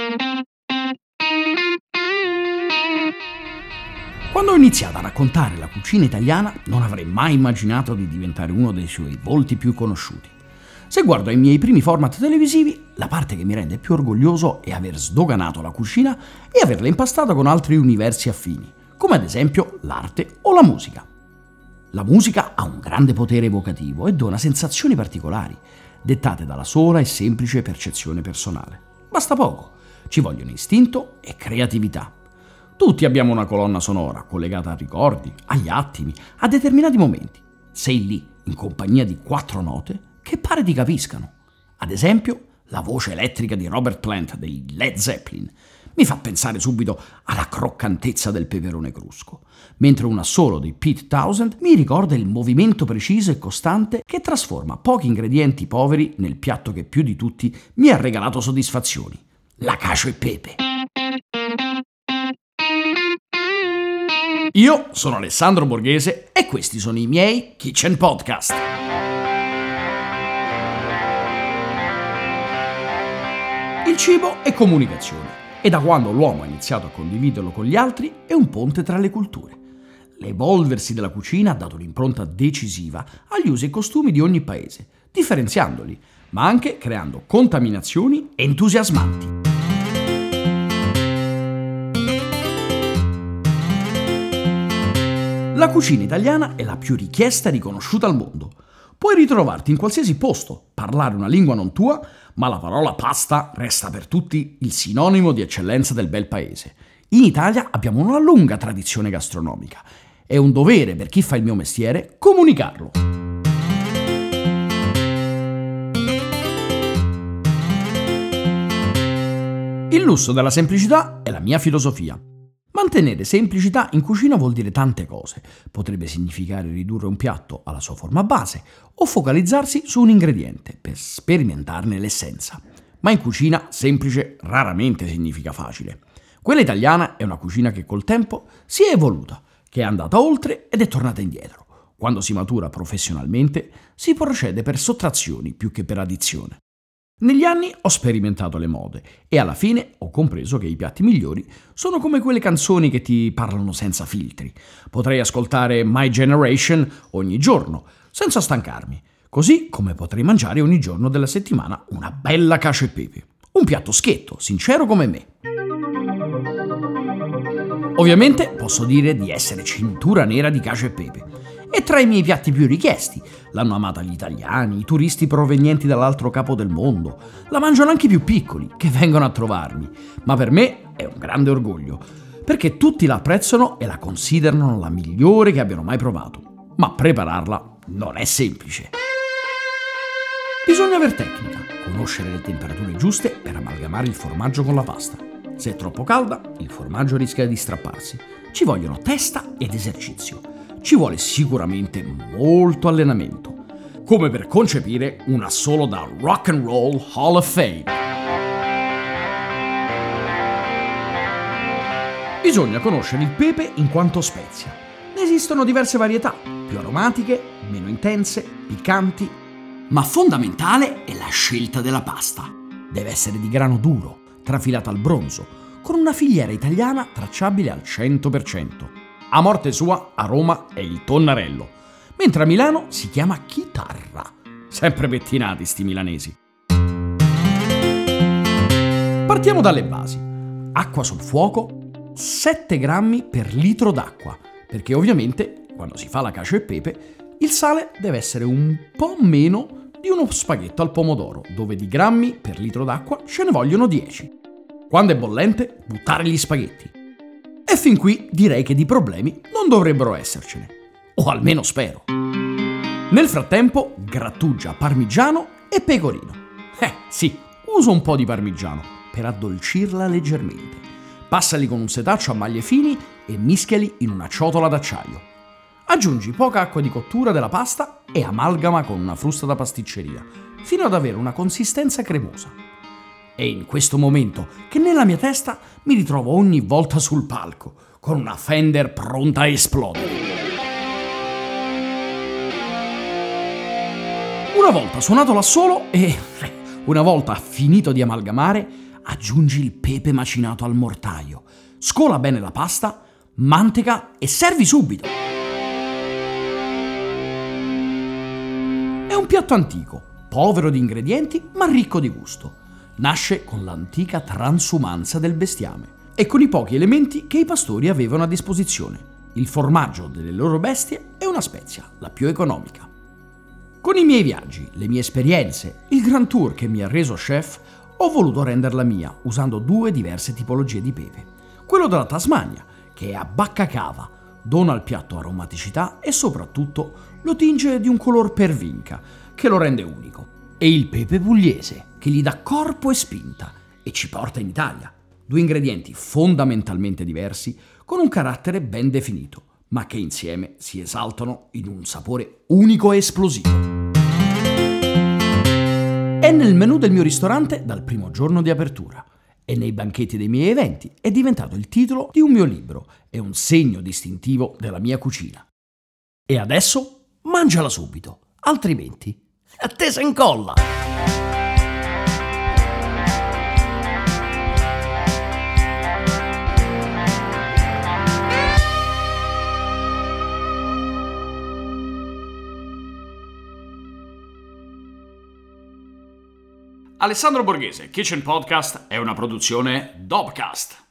Quando ho iniziato a raccontare la cucina italiana, non avrei mai immaginato di diventare uno dei suoi volti più conosciuti. Se guardo ai miei primi format televisivi, la parte che mi rende più orgoglioso è aver sdoganato la cucina e averla impastata con altri universi affini, come ad esempio l'arte o la musica. La musica ha un grande potere evocativo e dona sensazioni particolari, dettate dalla sola e semplice percezione personale. Basta poco, ci vogliono istinto e creatività. Tutti abbiamo una colonna sonora collegata a ricordi, agli attimi, a determinati momenti. Sei lì, in compagnia di 4 note, che pare ti capiscano. Ad esempio, la voce elettrica di Robert Plant dei Led Zeppelin mi fa pensare subito alla croccantezza del peperone crusco, mentre un assolo di Pete Townshend mi ricorda il movimento preciso e costante che trasforma pochi ingredienti poveri nel piatto che più di tutti mi ha regalato soddisfazioni: la cacio e pepe. Io sono Alessandro Borghese e questi sono i miei Kitchen Podcast. Il cibo è comunicazione e da quando l'uomo ha iniziato a condividerlo con gli altri è un ponte tra le culture. L'evolversi della cucina ha dato un'impronta decisiva agli usi e costumi di ogni paese, differenziandoli, ma anche creando contaminazioni entusiasmanti. La cucina italiana è la più richiesta e riconosciuta al mondo. Puoi ritrovarti in qualsiasi posto, parlare una lingua non tua, ma la parola pasta resta per tutti il sinonimo di eccellenza del bel paese. In Italia abbiamo una lunga tradizione gastronomica. È un dovere per chi fa il mio mestiere comunicarlo. Il lusso della semplicità è la mia filosofia. Mantenere semplicità in cucina vuol dire tante cose. Potrebbe significare ridurre un piatto alla sua forma base o focalizzarsi su un ingrediente per sperimentarne l'essenza. Ma in cucina semplice raramente significa facile. Quella italiana è una cucina che col tempo si è evoluta, che è andata oltre ed è tornata indietro. Quando si matura professionalmente si procede per sottrazioni più che per addizione. Negli anni ho sperimentato le mode e alla fine ho compreso che i piatti migliori sono come quelle canzoni che ti parlano senza filtri. Potrei ascoltare My Generation ogni giorno, senza stancarmi, così come potrei mangiare ogni giorno della settimana una bella cacio e pepe. Un piatto schietto, sincero come me. Ovviamente posso dire di essere cintura nera di cacio e pepe. È tra i miei piatti più richiesti. L'hanno amata gli italiani, i turisti provenienti dall'altro capo del mondo. La mangiano anche i più piccoli, che vengono a trovarmi. Ma per me è un grande orgoglio, perché tutti la apprezzano e la considerano la migliore che abbiano mai provato. Ma prepararla non è semplice. Bisogna aver tecnica, conoscere le temperature giuste per amalgamare il formaggio con la pasta. Se è troppo calda, il formaggio rischia di strapparsi. Ci vogliono testa ed esercizio. Ci vuole sicuramente molto allenamento, come per concepire un assolo da Rock and Roll Hall of Fame. Bisogna conoscere il pepe in quanto spezia. Ne esistono diverse varietà, più aromatiche, meno intense, piccanti, ma fondamentale è la scelta della pasta. Deve essere di grano duro, trafilata al bronzo, con una filiera italiana tracciabile al 100%. A morte sua, a Roma è il tonnarello, mentre a Milano si chiama chitarra. Sempre pettinati sti milanesi. Partiamo dalle basi. Acqua sul fuoco, 7 grammi per litro d'acqua, perché ovviamente, quando si fa la cacio e pepe, il sale deve essere un po' meno di uno spaghetto al pomodoro, dove di grammi per litro d'acqua ce ne vogliono 10. Quando è bollente, buttare gli spaghetti. E fin qui direi che di problemi non dovrebbero essercene. O almeno spero. Nel frattempo grattugia parmigiano e pecorino. Sì, uso un po' di parmigiano per addolcirla leggermente. Passali con un setaccio a maglie fini e mischiali in una ciotola d'acciaio. Aggiungi poca acqua di cottura della pasta e amalgama con una frusta da pasticceria, fino ad avere una consistenza cremosa. È in questo momento che nella mia testa mi ritrovo ogni volta sul palco, con una Fender pronta a esplodere. Una volta suonato l'assolo e una volta finito di amalgamare, aggiungi il pepe macinato al mortaio, scola bene la pasta, manteca e servi subito. È un piatto antico, povero di ingredienti ma ricco di gusto. Nasce con l'antica transumanza del bestiame e con i pochi elementi che i pastori avevano a disposizione: il formaggio delle loro bestie e una spezia, la più economica. Con i miei viaggi, le mie esperienze, il Grand Tour che mi ha reso chef, ho voluto renderla mia usando 2 diverse tipologie di pepe. Quello della Tasmania, che è a bacca cava, dona al piatto aromaticità e soprattutto lo tinge di un color pervinca, che lo rende unico. E il pepe pugliese, che gli dà corpo e spinta e ci porta in Italia. 2 ingredienti fondamentalmente diversi, con un carattere ben definito, ma che insieme si esaltano in un sapore unico e esplosivo. È nel menù del mio ristorante dal primo giorno di apertura e nei banchetti dei miei eventi è diventato il titolo di un mio libro e un segno distintivo della mia cucina. E adesso mangiala subito, altrimenti a te se incolla! Alessandro Borghese Kitchen Podcast è una produzione Dopcast.